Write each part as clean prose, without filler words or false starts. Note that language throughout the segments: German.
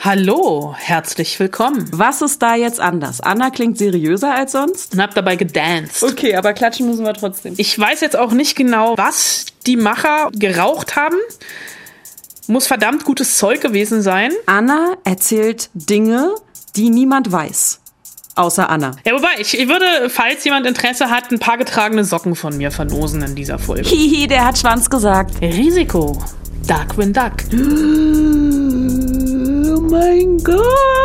Hallo, herzlich willkommen. Was ist da jetzt anders? Anna klingt seriöser als sonst. Und hab dabei gedanced. Okay, aber klatschen müssen wir trotzdem. Ich weiß jetzt auch nicht genau, was die Macher geraucht haben. Muss verdammt gutes Zeug gewesen sein. Anna erzählt Dinge, die niemand weiß. Außer Anna. Ja, wobei, ich würde, falls jemand Interesse hat, ein paar getragene Socken von mir verlosen in dieser Folge. Hihi, der hat Schwanz gesagt. Risiko. Darkwing Duck. Oh mein Gott.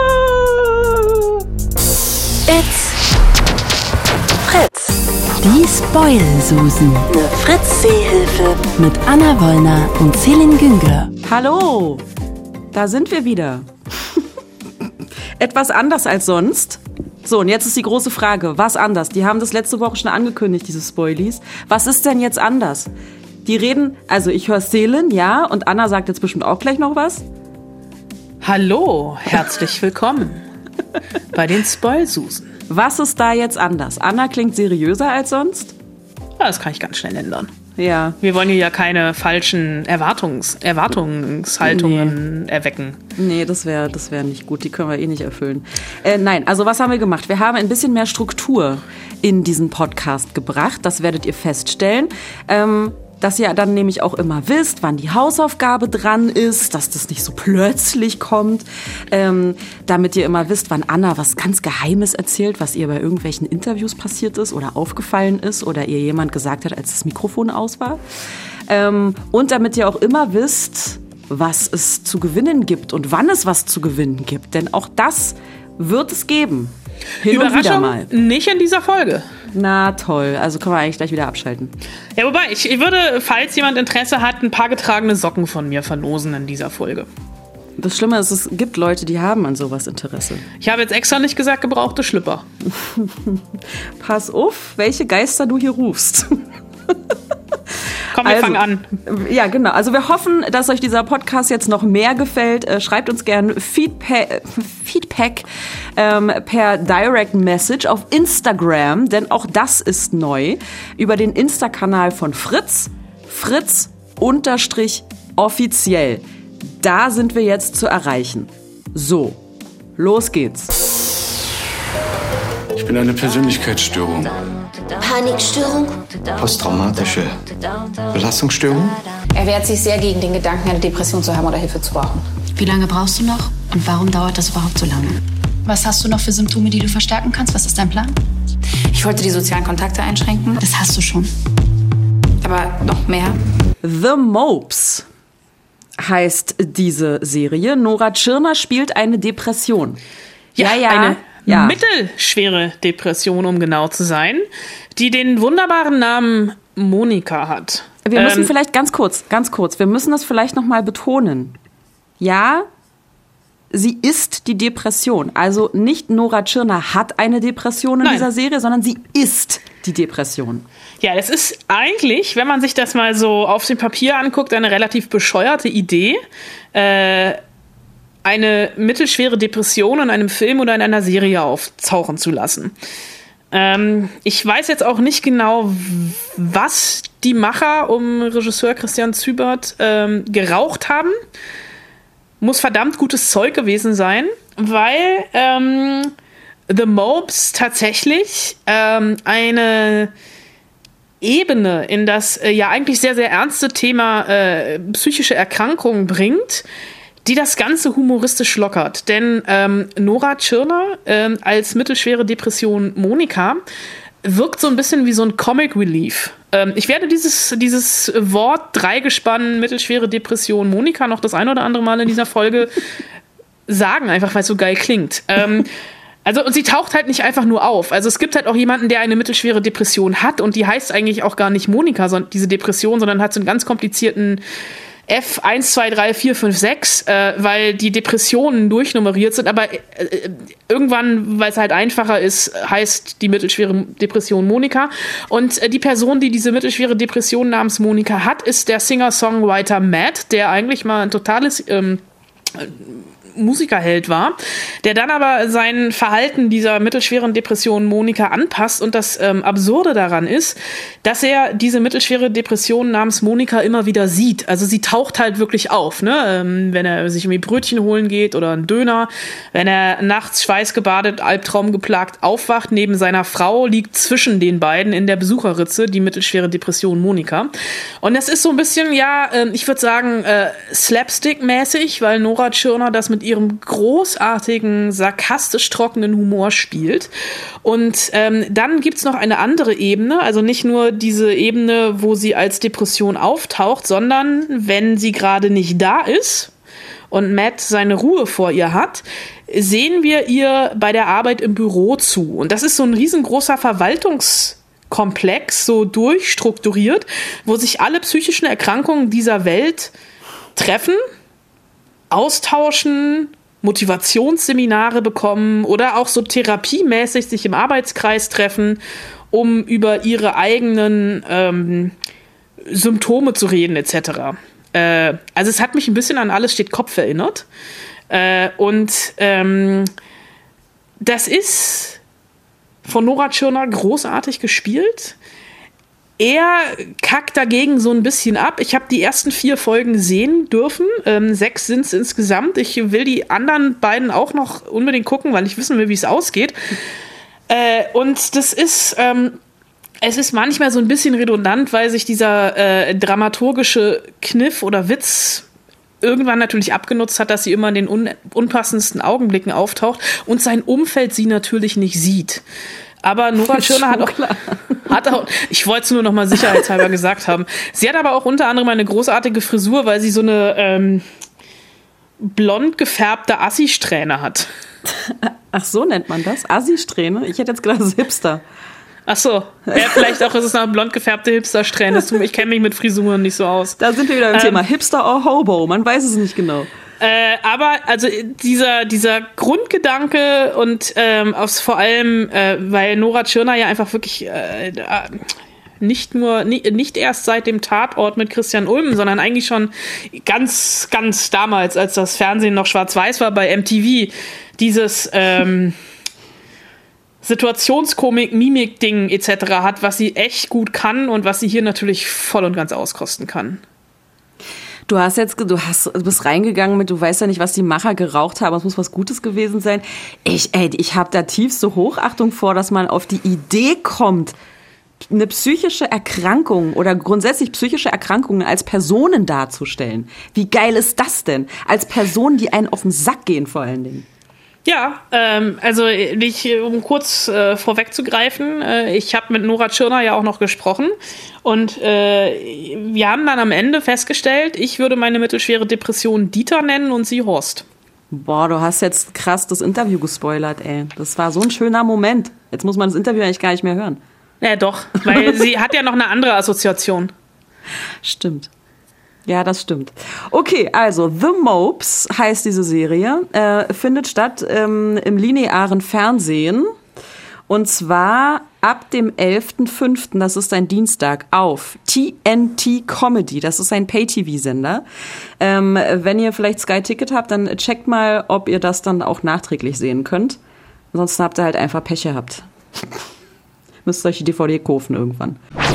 It's Fritz. Die Spoil-Susen. Eine Fritz-Seehilfe. Mit Anna Wollner und Celine Güngler. Hallo, da sind wir wieder. Etwas anders als sonst. So, und jetzt ist die große Frage, was anders? Die haben das letzte Woche schon angekündigt, diese Spoilies. Was ist denn jetzt anders? Die reden, also ich höre Celine, ja, und Anna sagt jetzt bestimmt auch gleich noch was. Hallo, herzlich willkommen bei den Spoil-Susen. Was ist da jetzt anders? Anna klingt seriöser als sonst? Ja, das kann ich ganz schnell ändern. Ja. Wir wollen hier ja keine falschen Erwartungshaltungen erwecken. Nee, das wär nicht gut. Die können wir eh nicht erfüllen. Nein, also was haben wir gemacht? Wir haben ein bisschen mehr Struktur in diesen Podcast gebracht. Das werdet ihr feststellen. Dass ihr dann nämlich auch immer wisst, wann die Hausaufgabe dran ist, dass das nicht so plötzlich kommt, damit ihr immer wisst, wann Anna was ganz Geheimes erzählt, was ihr bei irgendwelchen Interviews passiert ist oder aufgefallen ist oder ihr jemand gesagt hat, als das Mikrofon aus war. Und damit ihr auch immer wisst, was es zu gewinnen gibt und wann es was zu gewinnen gibt. Denn auch das wird es geben. Hin und wieder mal. Nicht in dieser Folge. Na toll, also können wir eigentlich gleich wieder abschalten. Ja, wobei, ich würde, falls jemand Interesse hat, ein paar getragene Socken von mir verlosen in dieser Folge. Das Schlimme ist, es gibt Leute, die haben an sowas Interesse. Ich habe jetzt extra nicht gesagt, gebrauchte Schlüpper. Pass auf, welche Geister du hier rufst. Komm, wir fangen an. Ja, genau. Also wir hoffen, dass euch dieser Podcast jetzt noch mehr gefällt. Schreibt uns gerne Feedback per Direct Message auf Instagram, denn auch das ist neu, über den Insta-Kanal von Fritz, Fritz_offiziell. Da sind wir jetzt zu erreichen. So, los geht's. Ich bin eine Persönlichkeitsstörung. Panikstörung? Posttraumatische Belastungsstörung? Er wehrt sich sehr gegen den Gedanken, eine Depression zu haben oder Hilfe zu brauchen. Wie lange brauchst du noch? Und warum dauert das überhaupt so lange? Was hast du noch für Symptome, die du verstärken kannst? Was ist dein Plan? Ich wollte die sozialen Kontakte einschränken. Das hast du schon. Aber noch mehr. The Mopes heißt diese Serie. Nora Tschirner spielt eine Depression. Eine mittelschwere Depression, um genau zu sein, die den wunderbaren Namen Monika hat. Wir müssen vielleicht ganz kurz, wir müssen das vielleicht noch mal betonen. Ja, sie ist die Depression. Also nicht Nora Tschirner hat eine Depression in dieser Serie, sondern sie ist die Depression. Ja, das ist eigentlich, wenn man sich das mal so auf dem Papier anguckt, eine relativ bescheuerte Idee, eine mittelschwere Depression in einem Film oder in einer Serie auftauchen zu lassen. Ich weiß jetzt auch nicht genau, was die Macher um Regisseur Christian Zübert geraucht haben. Muss verdammt gutes Zeug gewesen sein, weil The Mopes tatsächlich eine Ebene in das ja eigentlich sehr, sehr ernste Thema psychische Erkrankungen bringt, die das Ganze humoristisch lockert. Denn Nora Tschirner als mittelschwere Depression Monika wirkt so ein bisschen wie so ein Comic Relief. Ich werde dieses Wort Dreigespann mittelschwere Depression Monika noch das ein oder andere Mal in dieser Folge sagen, einfach weil es so geil klingt. Und sie taucht halt nicht einfach nur auf. Also es gibt halt auch jemanden, der eine mittelschwere Depression hat und die heißt eigentlich auch gar nicht Monika, diese Depression, sondern hat so einen ganz komplizierten F1, 2, 3, 4, 5, 6, weil die Depressionen durchnummeriert sind, aber irgendwann, weil es halt einfacher ist, heißt die mittelschwere Depression Monika. Und die Person, die diese mittelschwere Depression namens Monika hat, ist der Singer-Songwriter Matt, der eigentlich mal ein totales Musikerheld war, der dann aber sein Verhalten dieser mittelschweren Depression Monika anpasst. Und das Absurde daran ist, dass er diese mittelschwere Depression namens Monika immer wieder sieht. Also sie taucht halt wirklich auf, ne? Wenn er sich irgendwie Brötchen holen geht oder einen Döner, wenn er nachts schweißgebadet, albtraumgeplagt aufwacht, neben seiner Frau liegt zwischen den beiden in der Besucherritze die mittelschwere Depression Monika. Und das ist so ein bisschen, ich würde sagen, Slapstick-mäßig, weil Nora Tschirner das mit ihrem großartigen, sarkastisch trockenen Humor spielt. Und dann gibt's noch eine andere Ebene, also nicht nur diese Ebene, wo sie als Depression auftaucht, sondern wenn sie gerade nicht da ist und Matt seine Ruhe vor ihr hat, sehen wir ihr bei der Arbeit im Büro zu. Und das ist so ein riesengroßer Verwaltungskomplex, so durchstrukturiert, wo sich alle psychischen Erkrankungen dieser Welt treffen, austauschen, Motivationsseminare bekommen oder auch so therapiemäßig sich im Arbeitskreis treffen, um über ihre eigenen Symptome zu reden etc. Also es hat mich ein bisschen an Alles steht Kopf erinnert. Das ist von Nora Tschirner großartig gespielt. Er kackt dagegen so ein bisschen ab. Ich habe die ersten 4 Folgen sehen dürfen. 6 sind es insgesamt. Ich will die anderen beiden auch noch unbedingt gucken, weil ich wissen will, wie es ausgeht. Und das ist... es ist manchmal so ein bisschen redundant, weil sich dieser dramaturgische Kniff oder Witz irgendwann natürlich abgenutzt hat, dass sie immer in den unpassendsten Augenblicken auftaucht und sein Umfeld sie natürlich nicht sieht. Aber Nora Tschirner hat auch, ich wollte es nur noch mal sicherheitshalber gesagt haben, sie hat aber auch unter anderem eine großartige Frisur, weil sie so eine blond gefärbte Assi-Strähne hat. Ach, so nennt man das? Assi-Strähne? Ich hätte jetzt gedacht, das ist Hipster. Ach so, vielleicht auch ist es eine blond gefärbte Hipster-Strähne. Ich kenne mich mit Frisuren nicht so aus. Da sind wir wieder im Thema Hipster or Hobo, man weiß es nicht genau. Aber also dieser Grundgedanke und vor allem, weil Nora Tschirner ja einfach wirklich nicht erst seit dem Tatort mit Christian Ulm, sondern eigentlich schon ganz, ganz damals, als das Fernsehen noch schwarz-weiß war bei MTV, dieses Situationskomik, Mimik-Ding etc. hat, was sie echt gut kann und was sie hier natürlich voll und ganz auskosten kann. Du bist reingegangen mit, du weißt ja nicht, was die Macher geraucht haben, es muss was Gutes gewesen sein. Ich habe da tiefste Hochachtung vor, dass man auf die Idee kommt, eine psychische Erkrankung oder grundsätzlich psychische Erkrankungen als Personen darzustellen. Wie geil ist das denn? Als Personen, die einen auf den Sack gehen vor allen Dingen. Ja, also um kurz vorwegzugreifen, ich habe mit Nora Tschirner ja auch noch gesprochen und wir haben dann am Ende festgestellt, ich würde meine mittelschwere Depression Dieter nennen und sie Horst. Boah, du hast jetzt krass das Interview gespoilert, ey. Das war so ein schöner Moment. Jetzt muss man das Interview eigentlich gar nicht mehr hören. Ja, doch, weil sie hat ja noch eine andere Assoziation. Stimmt. Ja, das stimmt. Okay, also The Mopes heißt diese Serie, findet statt im linearen Fernsehen und zwar ab dem 11.05., das ist ein Dienstag, auf TNT Comedy, das ist ein Pay-TV-Sender. Wenn ihr vielleicht Sky Ticket habt, dann checkt mal, ob ihr das dann auch nachträglich sehen könnt. Ansonsten habt ihr halt einfach Pech gehabt. Müsst euch die DVD kaufen irgendwann.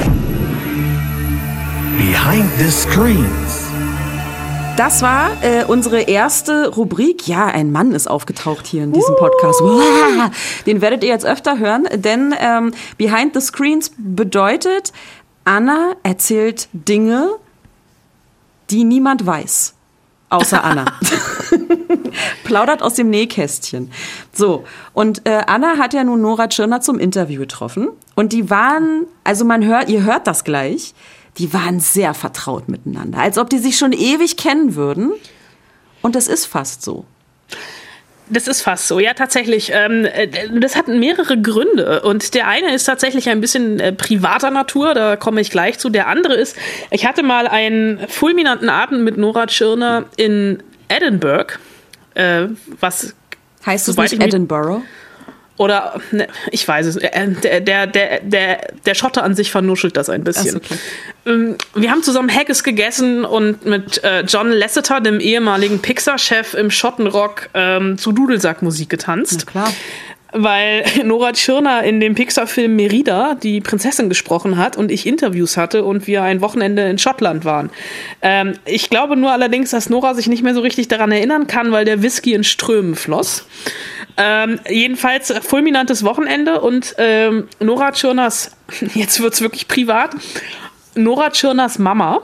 Behind the Screens. Das war unsere erste Rubrik. Ja, ein Mann ist aufgetaucht hier in diesem Podcast. Den werdet ihr jetzt öfter hören, denn Behind the Screens bedeutet, Anna erzählt Dinge, die niemand weiß. Außer Anna. Plaudert aus dem Nähkästchen. So, und Anna hat ja nun Nora Tschirner zum Interview getroffen. Und die waren, also ihr hört das gleich, die waren sehr vertraut miteinander. Als ob die sich schon ewig kennen würden. Und das ist fast so. Das ist fast so, ja, tatsächlich. Das hat mehrere Gründe. Und der eine ist tatsächlich ein bisschen privater Natur, da komme ich gleich zu. Der andere ist, ich hatte mal einen fulminanten Abend mit Nora Tschirner in Edinburgh. Was heißt es nicht Edinburgh? Oder, ne, ich weiß es. Der Schotte an sich vernuschelt das ein bisschen. Okay. wir haben zusammen Haggis gegessen und mit John Lasseter, dem ehemaligen Pixar-Chef im Schottenrock, zu Dudelsackmusik getanzt. Na klar. Weil Nora Tschirner in dem Pixar-Film Merida die Prinzessin gesprochen hat und ich Interviews hatte und wir ein Wochenende in Schottland waren. Ich glaube nur allerdings, dass Nora sich nicht mehr so richtig daran erinnern kann, weil der Whisky in Strömen floss. Jedenfalls fulminantes Wochenende und Nora Tschirners, jetzt wird's wirklich privat, Nora Tschirners Mama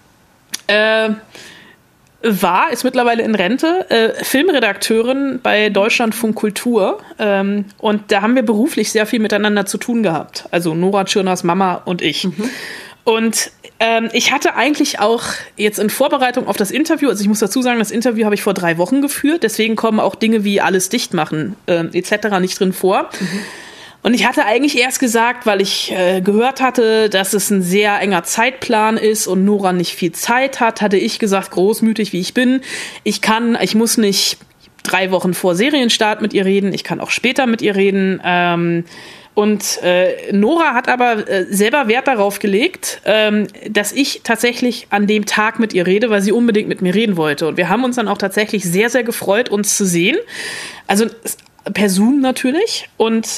ist mittlerweile in Rente, Filmredakteurin bei Deutschlandfunk Kultur. Und da haben wir beruflich sehr viel miteinander zu tun gehabt. Also Nora Tschirners Mama und ich. Mhm. Und ich hatte eigentlich auch jetzt in Vorbereitung auf das Interview, also ich muss dazu sagen, das Interview habe ich vor 3 Wochen geführt, deswegen kommen auch Dinge wie alles dicht machen etc. nicht drin vor. Mhm. Und ich hatte eigentlich erst gesagt, weil ich gehört hatte, dass es ein sehr enger Zeitplan ist und Nora nicht viel Zeit hat, hatte ich gesagt, großmütig wie ich bin, ich muss nicht 3 Wochen vor Serienstart mit ihr reden, ich kann auch später mit ihr reden. Und Nora hat aber selber Wert darauf gelegt, dass ich tatsächlich an dem Tag mit ihr rede, weil sie unbedingt mit mir reden wollte. Und wir haben uns dann auch tatsächlich sehr, sehr gefreut, uns zu sehen. Also per Zoom natürlich. Und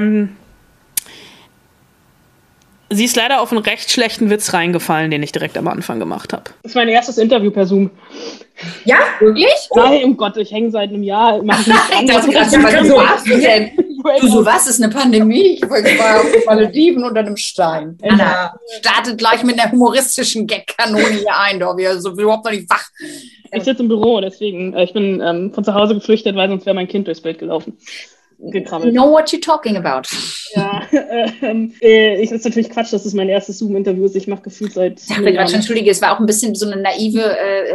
sie ist leider auf einen recht schlechten Witz reingefallen, den ich direkt am Anfang gemacht habe. Das ist mein erstes Interview per Zoom. Ja, wirklich? Nein, um Gott, ich hänge seit einem Jahr. Ich dachte gerade, was ist eine Pandemie? Ich war auf den Malediven unter einem Stein. Anna startet gleich mit einer humoristischen Gag-Kanone hier ein, doch wir sind überhaupt noch nicht wach. Ich sitze im Büro, deswegen. Ich bin von zu Hause geflüchtet, weil sonst wäre mein Kind durchs Bild gelaufen. Gekrabbelt. Know what you're talking about. Ja, ich ist natürlich Quatsch, dass es mein erstes Zoom-Interview ist. Ich mache gefühlt seit. Ja, Entschuldige, es war auch ein bisschen so eine naive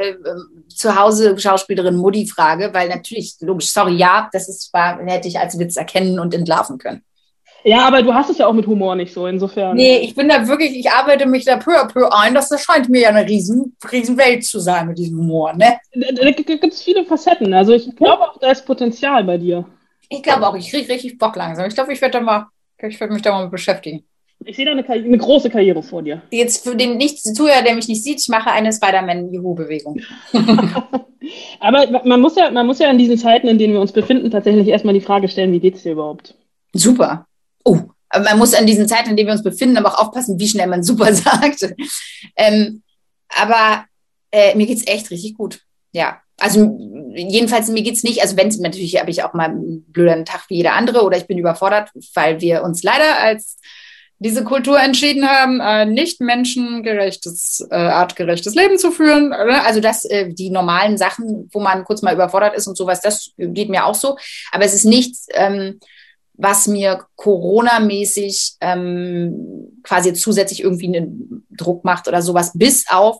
Zuhause-Schauspielerin-Mutti-Frage, weil natürlich, logisch, sorry, ja, hätte ich als Witz erkennen und entlarven können. Ja, aber du hast es ja auch mit Humor nicht so, insofern. Nee, ich arbeite mich da peu à peu ein, das scheint mir ja eine riesen Welt zu sein mit diesem Humor, ne? Da gibt es viele Facetten, also ich glaube auch, da ist Potenzial bei dir. Ich glaube auch, ich kriege richtig Bock langsam. Ich glaube, ich werde mich da mal beschäftigen. Ich sehe da eine große Karriere vor dir. Jetzt für den Zuhörer, der mich nicht sieht, ich mache eine Spider-Man-Juhu-Bewegung. Aber man muss ja in diesen Zeiten, in denen wir uns befinden, tatsächlich erstmal die Frage stellen, wie geht's dir überhaupt? Super. Oh, aber man muss in diesen Zeiten, in denen wir uns befinden, aber auch aufpassen, wie schnell man super sagt. Aber mir geht's echt richtig gut. Ja. Also jedenfalls, mir geht's nicht, also wenn es natürlich, habe ich auch mal einen blöden Tag wie jeder andere oder ich bin überfordert, weil wir uns leider als diese Kultur entschieden haben, nicht menschengerechtes, artgerechtes Leben zu führen. Also die normalen Sachen, wo man kurz mal überfordert ist und sowas, das geht mir auch so. Aber es ist nichts, was mir Corona-mäßig quasi zusätzlich irgendwie einen Druck macht oder sowas, bis auf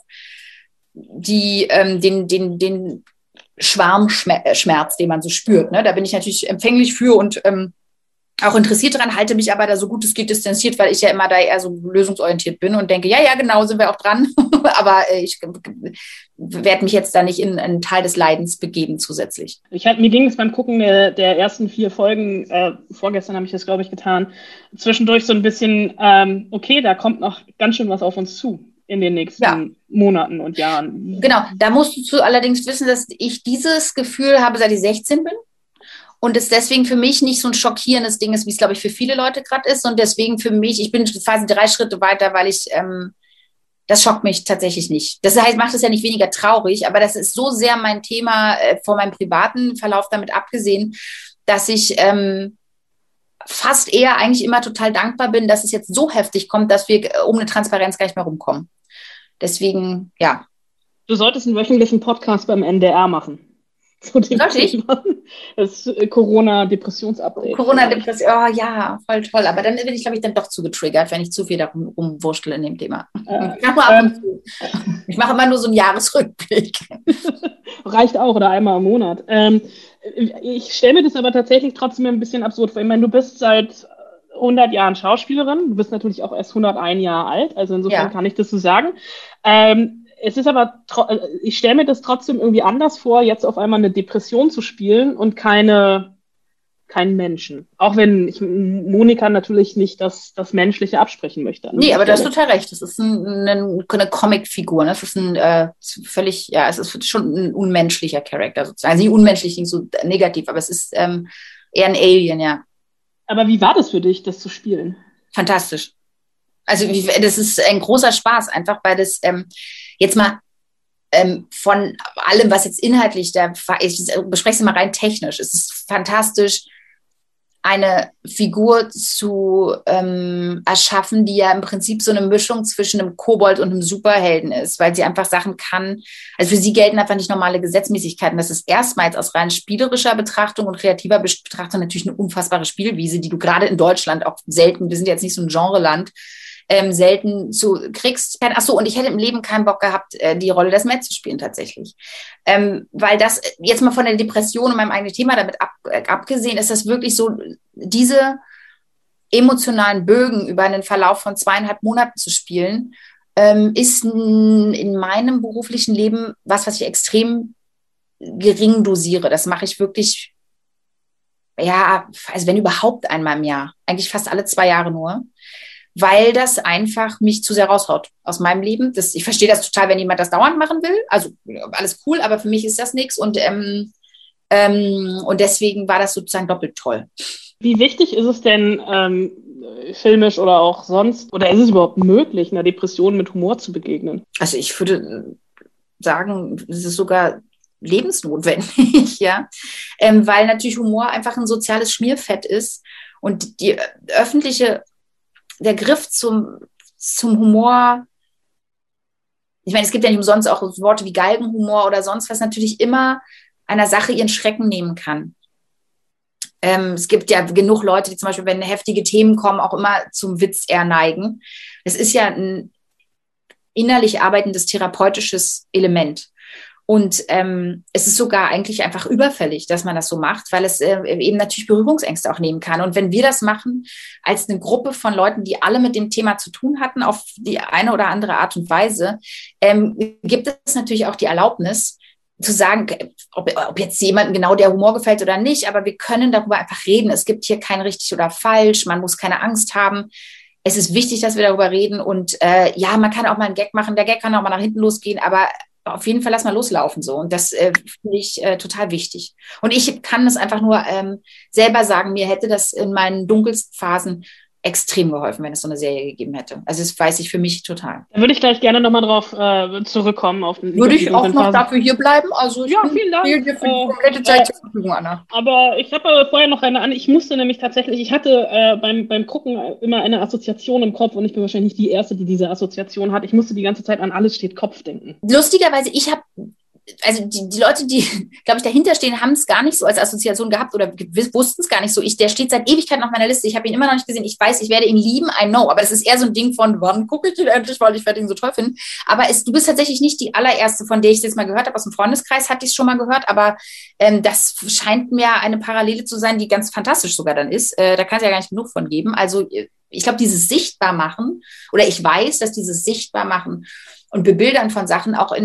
den Schwarmschmerz, den man so spürt. Ne? Da bin ich natürlich empfänglich für und auch interessiert daran, halte mich aber da so gut es geht distanziert, weil ich ja immer da eher so lösungsorientiert bin und denke, ja, genau, sind wir auch dran. Aber ich werde mich jetzt da nicht in einen Teil des Leidens begeben zusätzlich. Mir ging es beim Gucken der ersten 4 Folgen, vorgestern habe ich das, glaube ich, getan, zwischendurch so ein bisschen, okay, da kommt noch ganz schön was auf uns zu in den nächsten Monaten und Jahren. Genau, da musst du allerdings wissen, dass ich dieses Gefühl habe, seit ich 16 bin. Und es deswegen für mich nicht so ein schockierendes Ding ist, wie es, glaube ich, für viele Leute gerade ist. Und deswegen für mich, ich bin quasi 3 Schritte weiter, weil das schockt mich tatsächlich nicht. Das heißt, macht es ja nicht weniger traurig, aber das ist so sehr mein Thema von meinem privaten Verlauf damit abgesehen, dass ich fast eher eigentlich immer total dankbar bin, dass es jetzt so heftig kommt, dass wir um eine Transparenz gar nicht mehr rumkommen. Deswegen, ja. Du solltest einen wöchentlichen Podcast beim NDR machen. Sollte ich? Das Corona-Depressions-Update. Corona-Depression, oh ja, voll toll. Aber dann bin ich, glaube ich, dann doch zu getriggert, wenn ich zu viel darum rumwurschtel in dem Thema. Ich mache immer nur so einen Jahresrückblick. Reicht auch, oder einmal im Monat. Ich stelle mir das aber tatsächlich trotzdem ein bisschen absurd vor. Ich meine, du bist seit 100 Jahren Schauspielerin. Du bist natürlich auch erst 101 Jahre alt. Also insofern kann ich das so sagen. Es ist aber, ich stelle mir das trotzdem irgendwie anders vor, jetzt auf einmal eine Depression zu spielen und keine keinen Menschen. Auch wenn ich Monika natürlich nicht das Menschliche absprechen möchte. Nee, aber du hast total recht. Das ist eine Comic-Figur. Ne? Das ist völlig, ja, es ist schon ein unmenschlicher Charakter sozusagen. Also nicht unmenschlich, nicht so negativ, aber es ist eher ein Alien, ja. Aber wie war das für dich, das zu spielen? Fantastisch. Also das ist ein großer Spaß, einfach weil das jetzt mal von allem, was jetzt inhaltlich, ich bespreche es mal rein technisch, es ist fantastisch, eine Figur zu erschaffen, die ja im Prinzip so eine Mischung zwischen einem Kobold und einem Superhelden ist, weil sie einfach Sachen kann, also für sie gelten einfach nicht normale Gesetzmäßigkeiten. Das ist erstmals aus rein spielerischer Betrachtung und kreativer Betrachtung natürlich eine unfassbare Spielwiese, die du gerade in Deutschland auch selten, wir sind jetzt nicht so ein Genreland, selten kriegst. Achso, und ich hätte im Leben keinen Bock gehabt, die Rolle des Matt zu spielen tatsächlich. Weil das, jetzt mal von der Depression und meinem eigenen Thema damit abgesehen, ist das wirklich so, diese emotionalen Bögen über einen Verlauf von 2,5 Monaten zu spielen, ist in meinem beruflichen Leben was ich extrem gering dosiere. Das mache ich wirklich, ja, also wenn überhaupt einmal im Jahr, eigentlich fast alle 2 Jahre nur, weil das einfach mich zu sehr raushaut aus meinem Leben. Ich verstehe das total, wenn jemand das dauernd machen will. Also alles cool, aber für mich ist das nichts. Und deswegen war das sozusagen doppelt toll. Wie wichtig ist es denn, filmisch oder auch sonst, oder ist es überhaupt möglich, einer Depression mit Humor zu begegnen? Also ich würde sagen, es ist sogar lebensnotwendig, ja, weil natürlich Humor einfach ein soziales Schmierfett ist und der Griff zum Humor, ich meine, es gibt ja nicht umsonst auch Worte wie Galgenhumor oder sonst was, natürlich immer einer Sache ihren Schrecken nehmen kann. Es gibt ja genug Leute, die zum Beispiel, wenn heftige Themen kommen, auch immer zum Witz eher neigen. Es ist ja ein innerlich arbeitendes therapeutisches Element. Und es ist sogar eigentlich einfach überfällig, dass man das so macht, weil es eben natürlich Berührungsängste auch nehmen kann. Und wenn wir das machen als eine Gruppe von Leuten, die alle mit dem Thema zu tun hatten, auf die eine oder andere Art und Weise, gibt es natürlich auch die Erlaubnis, zu sagen, ob jetzt jemandem genau der Humor gefällt oder nicht, aber wir können darüber einfach reden. Es gibt hier kein richtig oder falsch, man muss keine Angst haben. Es ist wichtig, dass wir darüber reden und ja, man kann auch mal einen Gag machen, der Gag kann auch mal nach hinten losgehen, aber auf jeden Fall lass mal loslaufen so und das finde ich total wichtig. Und ich kann das einfach nur selber sagen, mir hätte das in meinen dunkelsten Phasen extrem geholfen, wenn es so eine Serie gegeben hätte. Also das weiß ich für mich total. Da würde ich gleich gerne nochmal drauf zurückkommen. Würde ich auch noch dafür hier bleiben? Also ja, vielen Dank. Für die komplette Zeit zur Verfügung, Anna. Aber ich habe vorher noch eine an. Ich musste nämlich tatsächlich, ich hatte beim Gucken immer eine Assoziation im Kopf und ich bin wahrscheinlich nicht die Erste, die diese Assoziation hat. Ich musste die ganze Zeit an Alles steht Kopf denken. Lustigerweise, also die Leute, die, glaube ich, dahinter stehen, haben es gar nicht so als Assoziation gehabt oder wussten es gar nicht so. Der steht seit Ewigkeiten auf meiner Liste. Ich habe ihn immer noch nicht gesehen. Ich weiß, ich werde ihn lieben, I know. Aber es ist eher so ein Ding von, wann gucke ich ihn endlich, weil ich werde ihn so toll finden. Aber du bist tatsächlich nicht die allererste, von der ich es jetzt mal gehört habe. Aus dem Freundeskreis hatte ich es schon mal gehört. Aber das scheint mir eine Parallele zu sein, die ganz fantastisch sogar dann ist. Da kann es ja gar nicht genug von geben. Also ich glaube, dieses Sichtbarmachen, oder ich weiß, dass dieses Sichtbarmachen und Bebildern von Sachen auch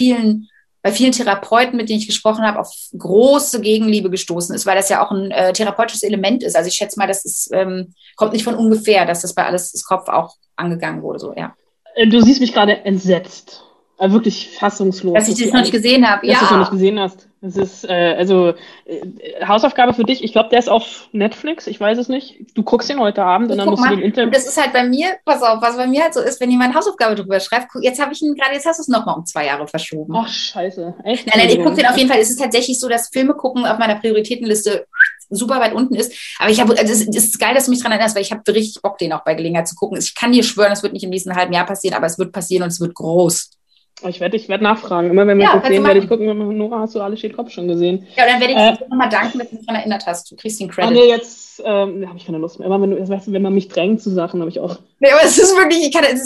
bei vielen Therapeuten, mit denen ich gesprochen habe, auf große Gegenliebe gestoßen ist, weil das ja auch ein therapeutisches Element ist. Also ich schätze mal, das ist, kommt nicht von ungefähr, dass das bei Alles ist Kopf auch angegangen wurde. So, ja. Du siehst mich gerade entsetzt. Wirklich fassungslos. Dass ich das noch nicht gesehen habe. Dass du es noch nicht gesehen hast. Das ist, Hausaufgabe für dich. Ich glaube, der ist auf Netflix. Ich weiß es nicht. Du guckst ihn heute Abend und dann musst du den Interview. Und das ist halt bei mir, pass auf, was bei mir halt so ist, wenn jemand Hausaufgabe drüber schreibt, jetzt hast du es nochmal um 2 Jahre verschoben. Ach, scheiße. Echt? Nein, ich gucke den auf jeden Fall. Es ist tatsächlich so, dass Filme gucken auf meiner Prioritätenliste super weit unten ist. Aber es ist geil, dass du mich daran erinnerst, weil ich habe richtig Bock, den auch bei Gelegenheit zu gucken. Ich kann dir schwören, es wird nicht im nächsten halben Jahr passieren, aber es wird passieren und es wird groß. Ich werd nachfragen. Immer wenn wir das sehen, werde ich gucken, Nora, hast du Alles steht Kopf schon gesehen? Ja, dann werde ich dir nochmal danken, dass du mich daran erinnert hast. Du kriegst den Credit. Nee, jetzt habe ich keine Lust mehr. Immer wenn man mich drängt zu Sachen, habe ich auch. Nee, aber es ist wirklich,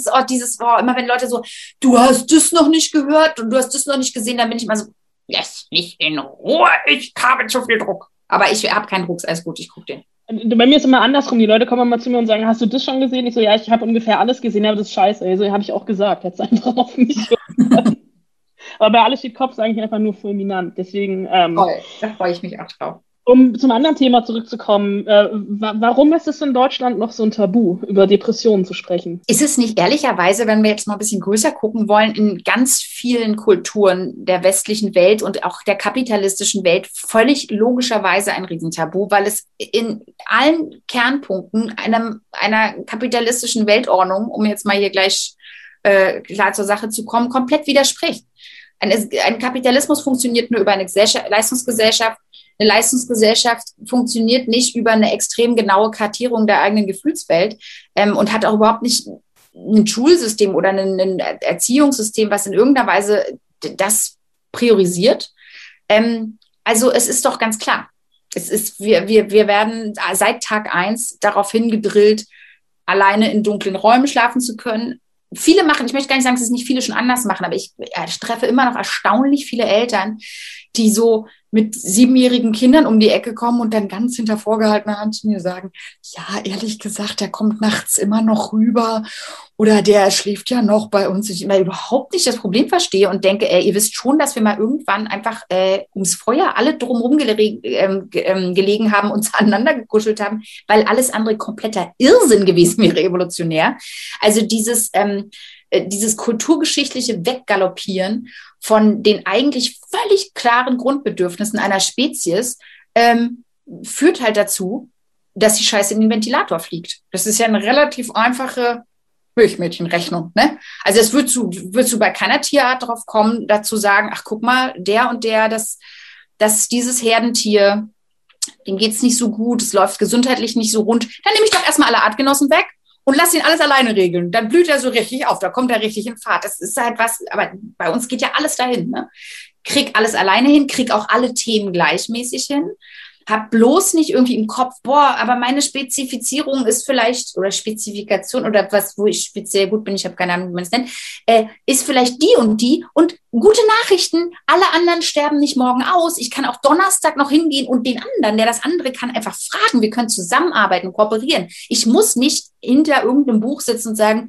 immer wenn Leute so, du hast das noch nicht gehört und du hast das noch nicht gesehen, dann bin ich immer so, lass mich in Ruhe, ich habe zu viel Druck. Aber ich habe keinen Druck, alles gut, ich gucke den. Bei mir ist immer andersrum. Die Leute kommen immer zu mir und sagen, hast du das schon gesehen? Ich so, ja, ich habe ungefähr alles gesehen, aber das ist scheiße. Also habe ich auch gesagt. Jetzt einfach auf mich. Aber bei Alles steht Kopf sage ich einfach nur fulminant. Deswegen. Toll, da freue ich mich auch drauf. Um zum anderen Thema zurückzukommen, warum ist es in Deutschland noch so ein Tabu, über Depressionen zu sprechen? Ist es nicht ehrlicherweise, wenn wir jetzt mal ein bisschen größer gucken wollen, in ganz vielen Kulturen der westlichen Welt und auch der kapitalistischen Welt völlig logischerweise ein Riesentabu, weil es in allen Kernpunkten einer kapitalistischen Weltordnung, um jetzt mal hier gleich klar zur Sache zu kommen, komplett widerspricht. Ein Kapitalismus funktioniert nur über eine Leistungsgesellschaft. Eine Leistungsgesellschaft funktioniert nicht über eine extrem genaue Kartierung der eigenen Gefühlswelt und hat auch überhaupt nicht ein Schulsystem oder ein Erziehungssystem, was in irgendeiner Weise das priorisiert. Also es ist doch ganz klar, wir werden seit Tag 1 darauf hingedrillt, alleine in dunklen Räumen schlafen zu können. Viele machen, ich möchte gar nicht sagen, dass es nicht viele schon anders machen, aber ich treffe immer noch erstaunlich viele Eltern, die so mit 7-jährigen Kindern um die Ecke kommen und dann ganz hinter vorgehaltener Hand zu mir sagen, ja, ehrlich gesagt, der kommt nachts immer noch rüber oder der schläft ja noch bei uns. Ich immer überhaupt nicht das Problem verstehe und denke, ihr wisst schon, dass wir mal irgendwann einfach ums Feuer alle drumherum gelegen haben, uns aneinander gekuschelt haben, weil alles andere kompletter Irrsinn gewesen wäre, evolutionär. Also dieses kulturgeschichtliche Weggaloppieren von den eigentlich völlig klaren Grundbedürfnissen einer Spezies führt halt dazu, dass die Scheiße in den Ventilator fliegt. Das ist ja eine relativ einfache Milchmädchenrechnung, ne? Also es würdest du bei keiner Tierart drauf kommen, dazu sagen, ach guck mal, der und der, dass dieses Herdentier, dem geht's nicht so gut, es läuft gesundheitlich nicht so rund, dann nehme ich doch erstmal alle Artgenossen weg und lass ihn alles alleine regeln. Dann blüht er so richtig auf, da kommt er richtig in Fahrt. Das ist halt was, aber bei uns geht ja alles dahin, ne? Krieg alles alleine hin, krieg auch alle Themen gleichmäßig hin. Hab bloß nicht irgendwie im Kopf, aber meine Spezifizierung ist vielleicht, oder Spezifikation oder was, wo ich speziell gut bin, ich habe keine Ahnung, wie man es nennt, ist vielleicht die und gute Nachrichten, alle anderen sterben nicht morgen aus, ich kann auch Donnerstag noch hingehen und den anderen, der das andere kann, einfach fragen, wir können zusammenarbeiten, kooperieren. Ich muss nicht hinter irgendeinem Buch sitzen und sagen,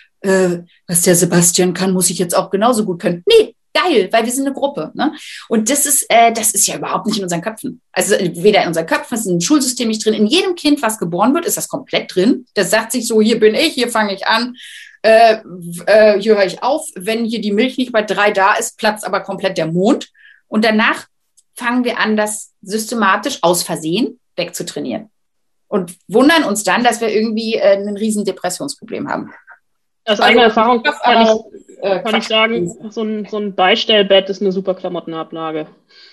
was der Sebastian kann, muss ich jetzt auch genauso gut können. Nee, geil, weil wir sind eine Gruppe. Ne? Und das ist ja überhaupt nicht in unseren Köpfen. Also weder in unseren Köpfen, es ist im Schulsystem nicht drin. In jedem Kind, was geboren wird, ist das komplett drin. Das sagt sich so, hier bin ich, hier fange ich an, hier höre ich auf. Wenn hier die Milch nicht bei 3 da ist, platzt aber komplett der Mond. Und danach fangen wir an, das systematisch aus Versehen wegzutrainieren. Und wundern uns dann, dass wir irgendwie ein riesen Depressionsproblem haben. Aus eigener Erfahrung kann ich sagen, so ein Beistellbett ist eine super Klamotten-Ablage.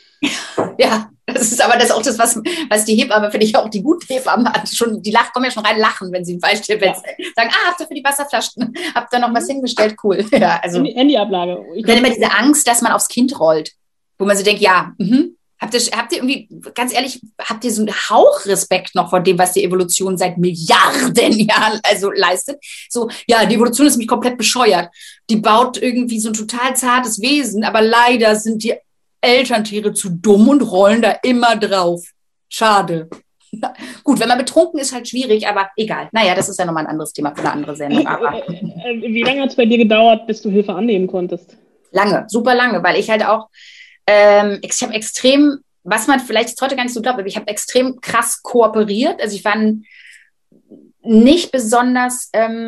Ja, das ist auch das, was die Hebamme, finde ich auch die gute Hebamme hat schon, die kommen ja schon rein lachen, wenn sie ein Beistellbett sagen, habt ihr für die Wasserflaschen, habt ihr noch was hingestellt, cool. Ja, also Handyablage. Ich habe immer diese Angst, dass man aufs Kind rollt, wo man so denkt, ja, habt ihr irgendwie, ganz ehrlich, habt ihr so einen Hauch Respekt noch vor dem, was die Evolution seit Milliarden Jahren also leistet? So, ja, die Evolution ist nämlich komplett bescheuert. Die baut irgendwie so ein total zartes Wesen, aber leider sind die Elterntiere zu dumm und rollen da immer drauf. Schade. Gut, wenn man betrunken ist, halt schwierig, aber egal. Naja, das ist ja nochmal ein anderes Thema für eine andere Sendung. Aber wie lange hat es bei dir gedauert, bis du Hilfe annehmen konntest? Lange, super lange, weil ich halt auch ich habe extrem, was man vielleicht jetzt heute gar nicht so glaubt, aber ich habe extrem krass kooperiert. Also ich war ein nicht besonders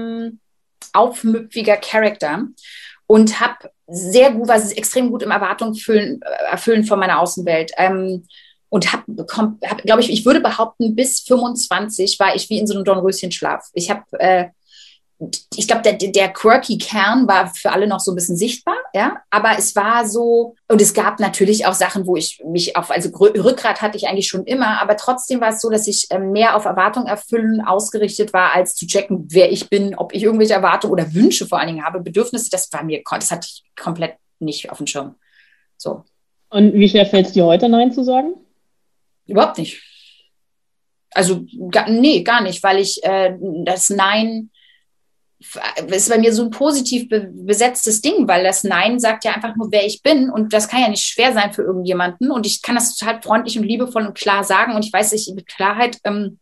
aufmüpfiger Charakter und war extrem gut im Erwartungen erfüllen von meiner Außenwelt. Und glaube ich würde behaupten, bis 25 war ich wie in so einem Dornröschenschlaf. Ich glaube, der quirky Kern war für alle noch so ein bisschen sichtbar, ja, aber es war so, und es gab natürlich auch Sachen, wo ich mich Rückgrat hatte ich eigentlich schon immer, aber trotzdem war es so, dass ich mehr auf Erwartung erfüllen ausgerichtet war, als zu checken, wer ich bin, ob ich irgendwelche Erwartungen oder Wünsche vor allen Dingen habe, Bedürfnisse, das hatte ich komplett nicht auf dem Schirm. So. Und wie schwer fällt es dir heute, Nein zu sagen? Überhaupt nicht. Also, gar nicht, weil ich das Nein ist bei mir so ein positiv besetztes Ding, weil das Nein sagt ja einfach nur, wer ich bin, und das kann ja nicht schwer sein für irgendjemanden, und ich kann das total freundlich und liebevoll und klar sagen, und ich weiß, ich mit Klarheit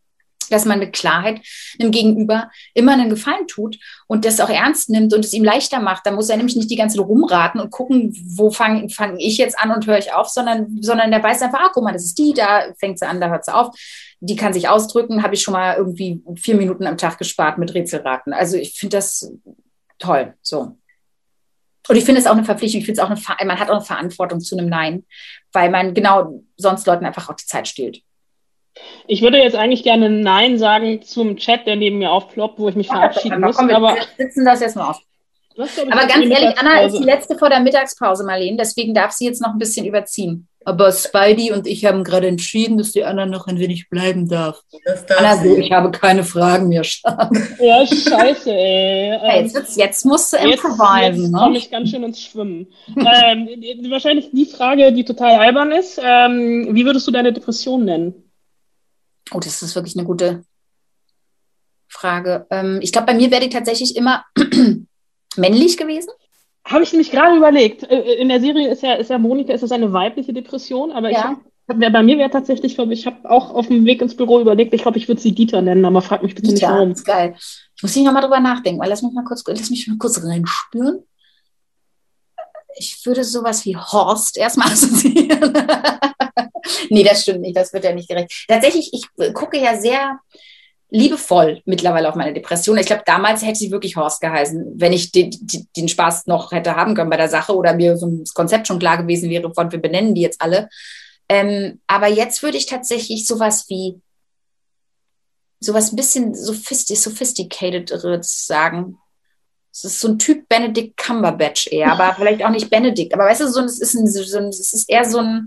dass man mit Klarheit dem Gegenüber immer einen Gefallen tut und das auch ernst nimmt und es ihm leichter macht. Da muss er nämlich nicht die ganze Zeit rumraten und gucken, wo fange ich jetzt an und höre ich auf, sondern der weiß einfach, guck mal, das ist die, da fängt sie an, da hört sie auf. Die kann sich ausdrücken, habe ich schon mal irgendwie 4 Minuten am Tag gespart mit Rätselraten. Also ich finde das toll, so. Und ich finde es auch eine Verpflichtung, ich finde es auch man hat auch eine Verantwortung zu einem Nein, weil man genau sonst Leuten einfach auch die Zeit stehlt. Ich würde jetzt eigentlich gerne Nein sagen zum Chat, der neben mir aufploppt, wo ich mich verabschieden muss. Wir sitzen das jetzt mal auf. Aber ganz ehrlich, Anna ist die letzte vor der Mittagspause, Marlene, deswegen darf sie jetzt noch ein bisschen überziehen. Aber Spidey und ich haben gerade entschieden, dass die Anna noch ein wenig bleiben darf. Anna, so, ich habe keine Fragen mehr. Ja, scheiße, ey. Hey, jetzt musst du improvisen. Jetzt komme ich ganz schön ins Schwimmen. Wahrscheinlich die Frage, die total albern ist. Wie würdest du deine Depression nennen? Oh, das ist wirklich eine gute Frage. Ich glaube, bei mir wäre die tatsächlich immer männlich gewesen. Habe ich nämlich gerade überlegt. In der Serie ist ja Monika, ist das eine weibliche Depression, aber bei mir wäre tatsächlich, glaube ich, habe auch auf dem Weg ins Büro überlegt, ich glaube, ich würde sie Dieter nennen, aber frag mich bitte nicht warum. Das ist geil. Ich muss nicht nochmal drüber nachdenken, weil lass mich mal kurz reinspüren. Ich würde sowas wie Horst erstmal assoziieren. Nee, das stimmt nicht, das wird ja nicht gerecht. Tatsächlich, ich gucke ja sehr liebevoll mittlerweile auf meine Depression. Ich glaube, damals hätte sie wirklich Horst geheißen, wenn ich den Spaß noch hätte haben können bei der Sache oder mir so ein Konzept schon klar gewesen wäre, von wir benennen die jetzt alle. Aber jetzt würde ich tatsächlich sowas ein bisschen sophisticated sagen. Es ist so ein Typ Benedict Cumberbatch eher, aber vielleicht auch nicht Benedict. Aber weißt du, es ist eher so ein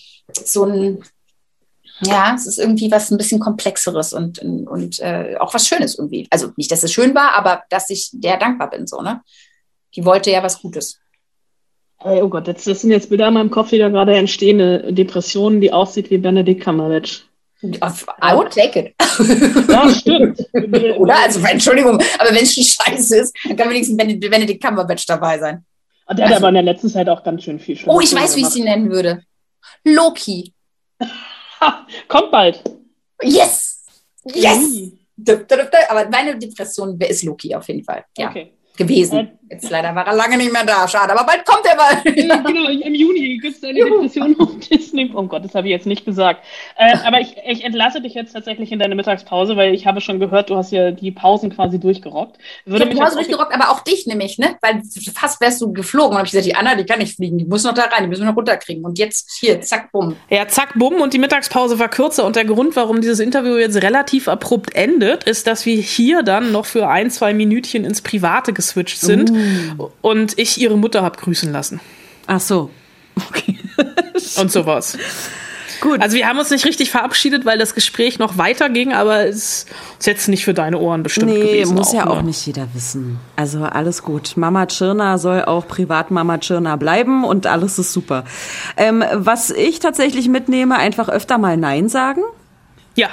es ist irgendwie was ein bisschen Komplexeres und auch was Schönes irgendwie. Also nicht, dass es schön war, aber dass ich der dankbar bin, so, ne? Die wollte ja was Gutes. Hey, oh Gott, das sind jetzt Bilder in meinem Kopf, die da gerade entstehen, eine Depression, die aussieht wie Benedict Cumberbatch. I would take it. Ja, stimmt. Oder? Also, Entschuldigung, aber wenn es schon scheiße ist, dann kann wenigstens Benedict Cumberbatch dabei sein. Der hat aber in der letzten Zeit auch ganz schön viel Schlimmes. Oh, ich weiß, wie ich sie nennen würde. Loki. Kommt bald. Yes! Yes! Aber meine Depression ist Loki auf jeden Fall. Ja. Okay. Gewesen. Jetzt leider war er lange nicht mehr da. Schade, aber bald kommt er mal. Genau, im Juni gibt es eine Depression auf Disney. Oh Gott, das habe ich jetzt nicht gesagt. Aber ich entlasse dich jetzt tatsächlich in deine Mittagspause, weil ich habe schon gehört, du hast ja die Pausen quasi durchgerockt. Ich habe die Pause durchgerockt, aber auch dich nämlich, ne? Weil fast wärst du geflogen. Und habe ich gesagt, die Anna, die kann nicht fliegen, die muss noch da rein, die müssen wir noch runterkriegen. Und jetzt hier, zack, bumm. Ja, zack, bumm. Und die Mittagspause war kürzer. Und der Grund, warum dieses Interview jetzt relativ abrupt endet, ist, dass wir hier dann noch für 1-2 Minütchen ins Private geswitcht sind. Und ich ihre Mutter habe grüßen lassen. Ach so. Okay. Und sowas. Gut. Also wir haben uns nicht richtig verabschiedet, weil das Gespräch noch weiterging, aber es ist jetzt nicht für deine Ohren bestimmt gewesen. Nee, muss ja auch nicht jeder wissen. Also alles gut. Mama Tschirner soll auch privat Mama Tschirner bleiben und alles ist super. Was ich tatsächlich mitnehme, einfach öfter mal Nein sagen. Ja.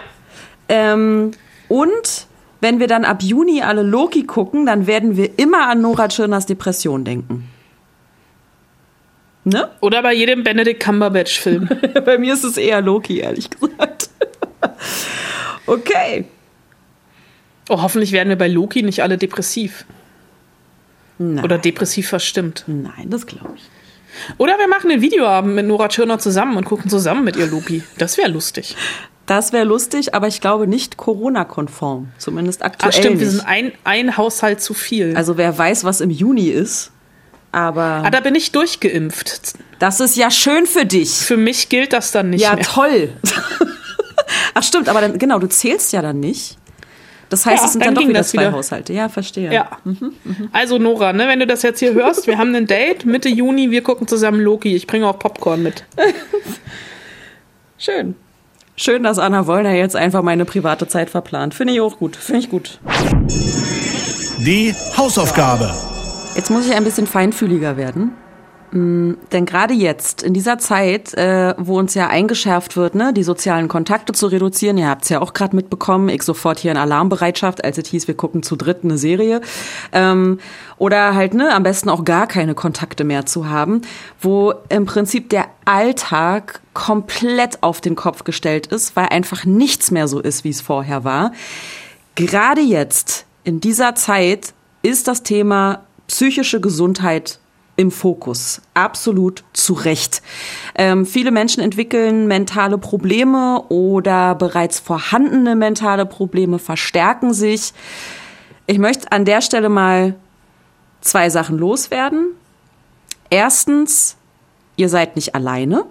Und wenn wir dann ab Juni alle Loki gucken, dann werden wir immer an Nora Tschirners Depression denken. Ne? Oder bei jedem Benedict Cumberbatch-Film. Bei mir ist es eher Loki, ehrlich gesagt. Okay. Oh, hoffentlich werden wir bei Loki nicht alle depressiv. Nein. Oder depressiv verstimmt. Nein, das glaube ich nicht. Oder wir machen den Videoabend mit Nora Tschirner zusammen und gucken zusammen mit ihr Loki. Das wäre lustig. Das wäre lustig, aber ich glaube nicht Corona-konform. Zumindest aktuell stimmt, nicht. Wir sind ein Haushalt zu viel. Also wer weiß, was im Juni ist. Aber da bin ich durchgeimpft. Das ist ja schön für dich. Für mich gilt das dann nicht mehr. Ja, toll. Ach stimmt, aber dann, genau, du zählst ja dann nicht. Das heißt, es sind dann doch wieder 2 Haushalte. Ja, verstehe. Ja. Also Nora, ne, wenn du das jetzt hier hörst, wir haben ein Date Mitte Juni, wir gucken zusammen Loki. Ich bringe auch Popcorn mit. Schön. Schön, dass Anna Wollner jetzt einfach meine private Zeit verplant. Finde ich auch gut. Finde ich gut. Die Hausaufgabe. Jetzt muss ich ein bisschen feinfühliger werden. Denn gerade jetzt, in dieser Zeit, wo uns ja eingeschärft wird, ne, die sozialen Kontakte zu reduzieren, ihr habt es ja auch gerade mitbekommen, ich sofort hier in Alarmbereitschaft, als es hieß, wir gucken zu dritt eine Serie, oder halt ne, am besten auch gar keine Kontakte mehr zu haben, wo im Prinzip der Alltag komplett auf den Kopf gestellt ist, weil einfach nichts mehr so ist, wie es vorher war. Gerade jetzt, in dieser Zeit, ist das Thema psychische Gesundheit im Fokus. Absolut zu Recht. Viele Menschen entwickeln mentale Probleme oder bereits vorhandene mentale Probleme verstärken sich. Ich möchte an der Stelle mal 2 Sachen loswerden. Erstens, ihr seid nicht alleine.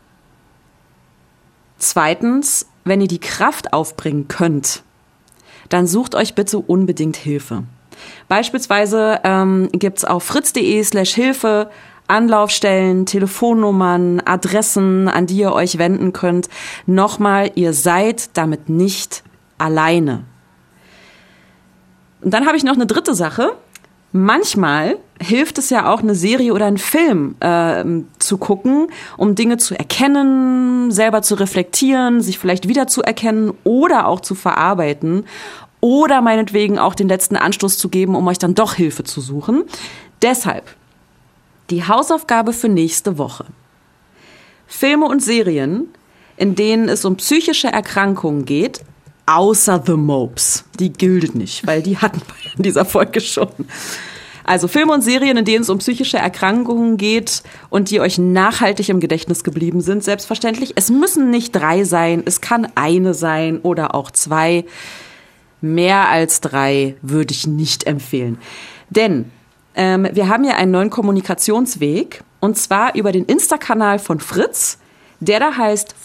Zweitens, wenn ihr die Kraft aufbringen könnt, dann sucht euch bitte unbedingt Hilfe. Beispielsweise gibt's auf fritz.de/Hilfe Anlaufstellen, Telefonnummern, Adressen, an die ihr euch wenden könnt. Nochmal, ihr seid damit nicht alleine. Und dann habe ich noch eine dritte Sache. Manchmal hilft es ja auch, eine Serie oder einen Film zu gucken, um Dinge zu erkennen, selber zu reflektieren, sich vielleicht wiederzuerkennen oder auch zu verarbeiten. Oder meinetwegen auch den letzten Anstoß zu geben, um euch dann doch Hilfe zu suchen. Deshalb die Hausaufgabe für nächste Woche. Filme und Serien, in denen es um psychische Erkrankungen geht, außer The Mopes. Die gilt nicht, weil die hatten wir in dieser Folge schon. Also Filme und Serien, in denen es um psychische Erkrankungen geht und die euch nachhaltig im Gedächtnis geblieben sind, selbstverständlich. Es müssen nicht 3 sein, es kann eine sein oder auch 2. Mehr als 3 würde ich nicht empfehlen. Denn wir haben ja einen neuen Kommunikationsweg, und zwar über den Insta-Kanal von Fritz, der da heißt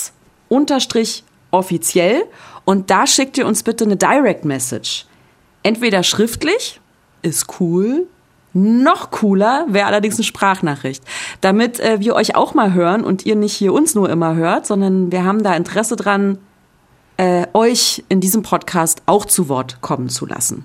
Fritz_offiziell, und da schickt ihr uns bitte eine Direct Message. Entweder schriftlich, ist cool, noch cooler wäre allerdings eine Sprachnachricht, damit wir euch auch mal hören und ihr nicht hier uns nur immer hört, sondern wir haben da Interesse dran, euch in diesem Podcast auch zu Wort kommen zu lassen.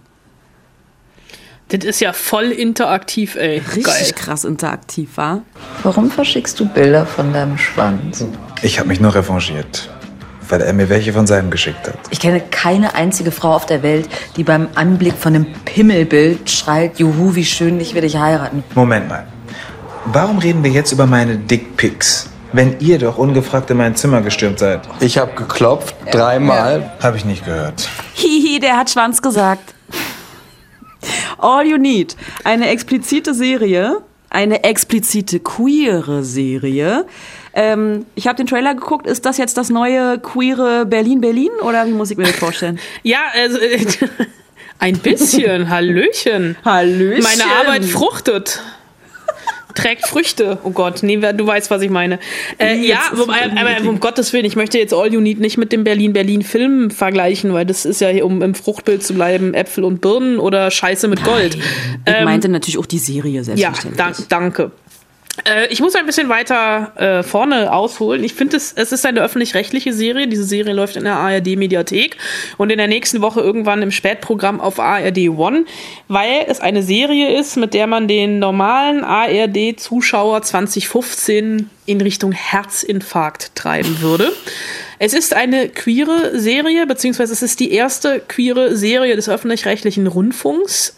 Das ist ja voll interaktiv, ey. Richtig geil. Krass interaktiv, wa? Warum verschickst du Bilder von deinem Schwanz? Ich habe mich nur revanchiert, weil er mir welche von seinem geschickt hat. Ich kenne keine einzige Frau auf der Welt, die beim Anblick von einem Pimmelbild schreit, juhu, wie schön, ich will dich heiraten. Moment mal. Warum reden wir jetzt über meine Dickpics, wenn ihr doch ungefragt in mein Zimmer gestürmt seid? Ich habe geklopft, 3-mal. Ja. Habe ich nicht gehört. Hihi, der hat Schwanz gesagt. All You Need. Eine explizite Serie, eine explizite queere Serie. Ich habe den Trailer geguckt. Ist das jetzt das neue queere Berlin oder wie muss ich mir das vorstellen? Ja, also ein bisschen. Hallöchen. Hallöchen. Meine Arbeit fruchtet. Trägt Früchte. Oh Gott, nee, du weißt, was ich meine. Ja, aber um Gottes Willen, ich möchte jetzt All You Need nicht mit dem Berlin-Film vergleichen, weil das ist ja hier, um im Fruchtbild zu bleiben, Äpfel und Birnen oder Scheiße mit Gold. Ich meinte natürlich auch die Serie, selbstverständlich. Ja, danke. Ich muss ein bisschen weiter vorne ausholen. Ich finde, es ist eine öffentlich-rechtliche Serie. Diese Serie läuft in der ARD-Mediathek und in der nächsten Woche irgendwann im Spätprogramm auf ARD One, weil es eine Serie ist, mit der man den normalen ARD-Zuschauer 2015 in Richtung Herzinfarkt treiben würde. Es ist eine queere Serie, beziehungsweise es ist die erste queere Serie des öffentlich-rechtlichen Rundfunks,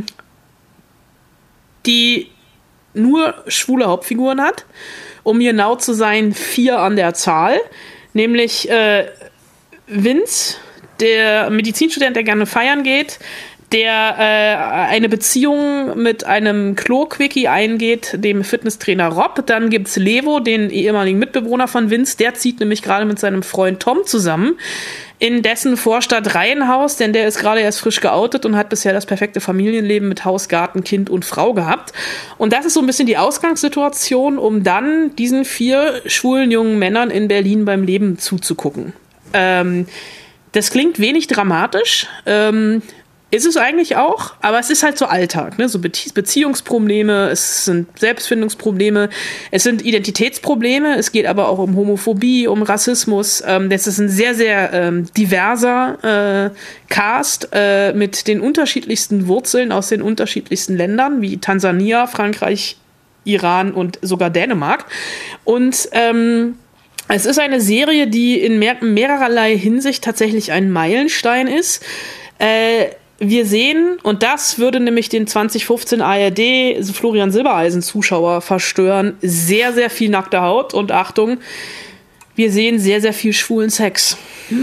die nur schwule Hauptfiguren hat, um genau zu sein 4 an der Zahl, nämlich Vince, der Medizinstudent, der gerne feiern geht, der eine Beziehung mit einem Klo-Quickie eingeht, dem Fitnesstrainer Rob. Dann gibt's Levo, den ehemaligen Mitbewohner von Vince, der zieht nämlich gerade mit seinem Freund Tom zusammen in dessen Vorstadt-Reihenhaus, denn der ist gerade erst frisch geoutet und hat bisher das perfekte Familienleben mit Haus, Garten, Kind und Frau gehabt. Und das ist so ein bisschen die Ausgangssituation, um dann diesen 4 schwulen jungen Männern in Berlin beim Leben zuzugucken. Das klingt wenig dramatisch, ist es eigentlich auch, aber es ist halt so Alltag, ne? So Beziehungsprobleme, es sind Selbstfindungsprobleme, es sind Identitätsprobleme, es geht aber auch um Homophobie, um Rassismus. Das ist ein sehr, sehr diverser Cast mit den unterschiedlichsten Wurzeln aus den unterschiedlichsten Ländern, wie Tansania, Frankreich, Iran und sogar Dänemark. Und es ist eine Serie, die in mehrerlei Hinsicht tatsächlich ein Meilenstein ist. Wir sehen, und das würde nämlich den 2015 ARD Florian Silbereisen-Zuschauer verstören, sehr, sehr viel nackte Haut. Und Achtung, wir sehen sehr, sehr viel schwulen Sex.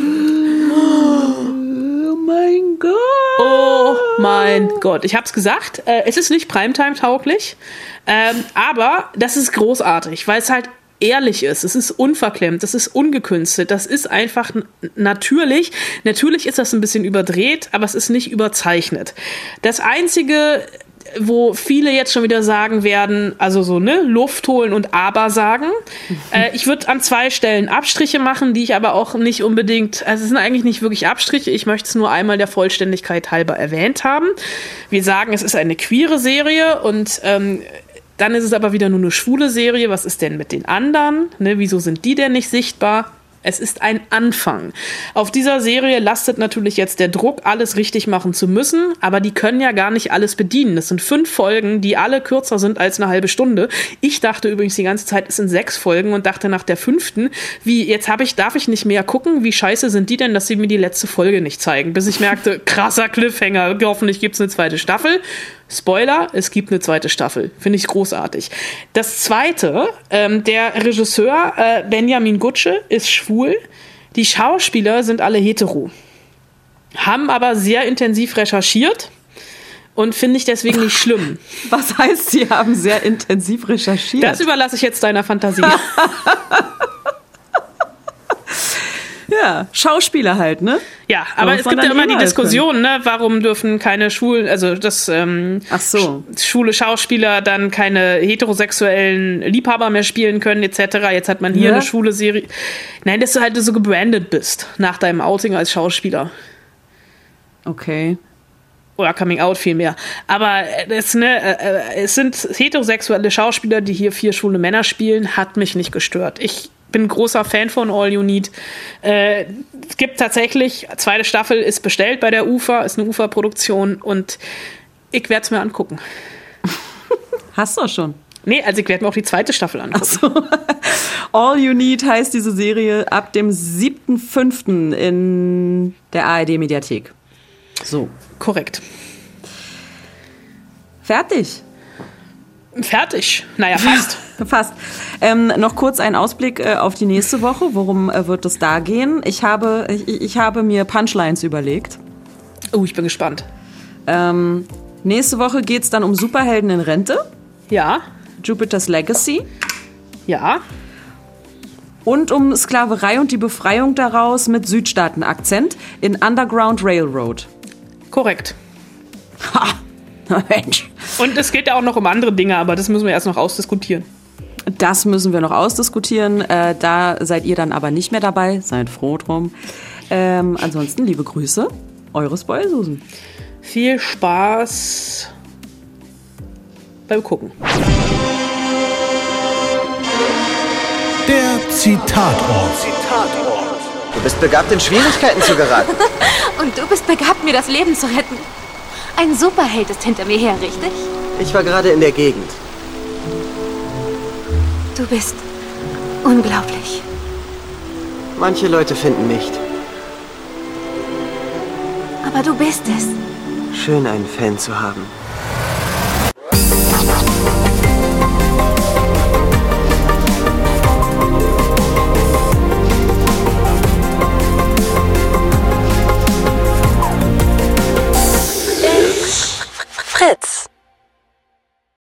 Oh mein Gott. Oh mein Gott. Ich hab's gesagt, es ist nicht Primetime-tauglich, aber das ist großartig, weil es halt ehrlich ist, es ist unverklemmt, es ist ungekünstelt, das ist einfach natürlich. Natürlich ist das ein bisschen überdreht, aber es ist nicht überzeichnet. Das Einzige, wo viele jetzt schon wieder sagen werden, also so, Luft holen und aber sagen. Ich würde an 2 Stellen Abstriche machen, die ich aber auch nicht unbedingt, also es sind eigentlich nicht wirklich Abstriche, ich möchte es nur einmal der Vollständigkeit halber erwähnt haben. Wir sagen, es ist eine queere Serie und dann ist es aber wieder nur eine schwule Serie. Was ist denn mit den anderen? Wieso sind die denn nicht sichtbar? Es ist ein Anfang. Auf dieser Serie lastet natürlich jetzt der Druck, alles richtig machen zu müssen, aber die können ja gar nicht alles bedienen. Das sind 5 Folgen, die alle kürzer sind als eine halbe Stunde. Ich dachte übrigens die ganze Zeit, es sind 6 Folgen und dachte nach der 5., darf ich nicht mehr gucken? Wie scheiße sind die denn, dass sie mir die letzte Folge nicht zeigen? Bis ich merkte, krasser Cliffhanger, hoffentlich gibt's eine zweite Staffel. Spoiler, es gibt eine zweite Staffel. Finde ich großartig. Das Zweite, der Regisseur Benjamin Gutsche ist schwul. Die Schauspieler sind alle hetero. Haben aber sehr intensiv recherchiert und finde ich deswegen nicht schlimm. Was heißt, sie haben sehr intensiv recherchiert? Das überlasse ich jetzt deiner Fantasie. Ja, Schauspieler halt, ne? Ja, aber es gibt ja immer die Diskussion, warum dürfen keine schwulen, schwule Schauspieler dann keine heterosexuellen Liebhaber mehr spielen können, etc. Jetzt hat man hier eine schwule Serie. Nein, dass du halt so gebrandet bist nach deinem Outing als Schauspieler. Okay. Oder Coming Out vielmehr. Aber es sind heterosexuelle Schauspieler, die hier 4 schwule Männer spielen, hat mich nicht gestört. Ich bin ein großer Fan von All You Need. Es gibt tatsächlich, 2. Staffel ist bestellt bei der UFA, ist eine UFA-Produktion und ich werde es mir angucken. Hast du auch schon? Nee, also ich werde mir auch die 2. Staffel angucken. Ach so. All You Need heißt diese Serie ab dem 7.5. in der ARD-Mediathek. So. Korrekt. Fertig. Naja, fast. Fast. Noch kurz ein Ausblick auf die nächste Woche. Worum wird es da gehen? Ich habe mir Punchlines überlegt. Oh, ich bin gespannt. Nächste Woche geht es dann um Superhelden in Rente. Ja. Jupiter's Legacy. Ja. Und um Sklaverei und die Befreiung daraus mit Südstaaten-Akzent in Underground Railroad. Korrekt. Ha! Mensch. Und es geht ja auch noch um andere Dinge, aber das müssen wir erst noch ausdiskutieren. Das müssen wir noch ausdiskutieren. Da seid ihr dann aber nicht mehr dabei. Seid froh drum. Ansonsten liebe Grüße, eure Spoilsusen. Viel Spaß beim Gucken. Der Zitatort. Du bist begabt, in Schwierigkeiten zu geraten. Und du bist begabt, mir das Leben zu retten. Ein Superheld ist hinter mir her, richtig? Ich war gerade in der Gegend. Du bist unglaublich. Manche Leute finden nicht. Aber du bist es. Schön, einen Fan zu haben. Fritz.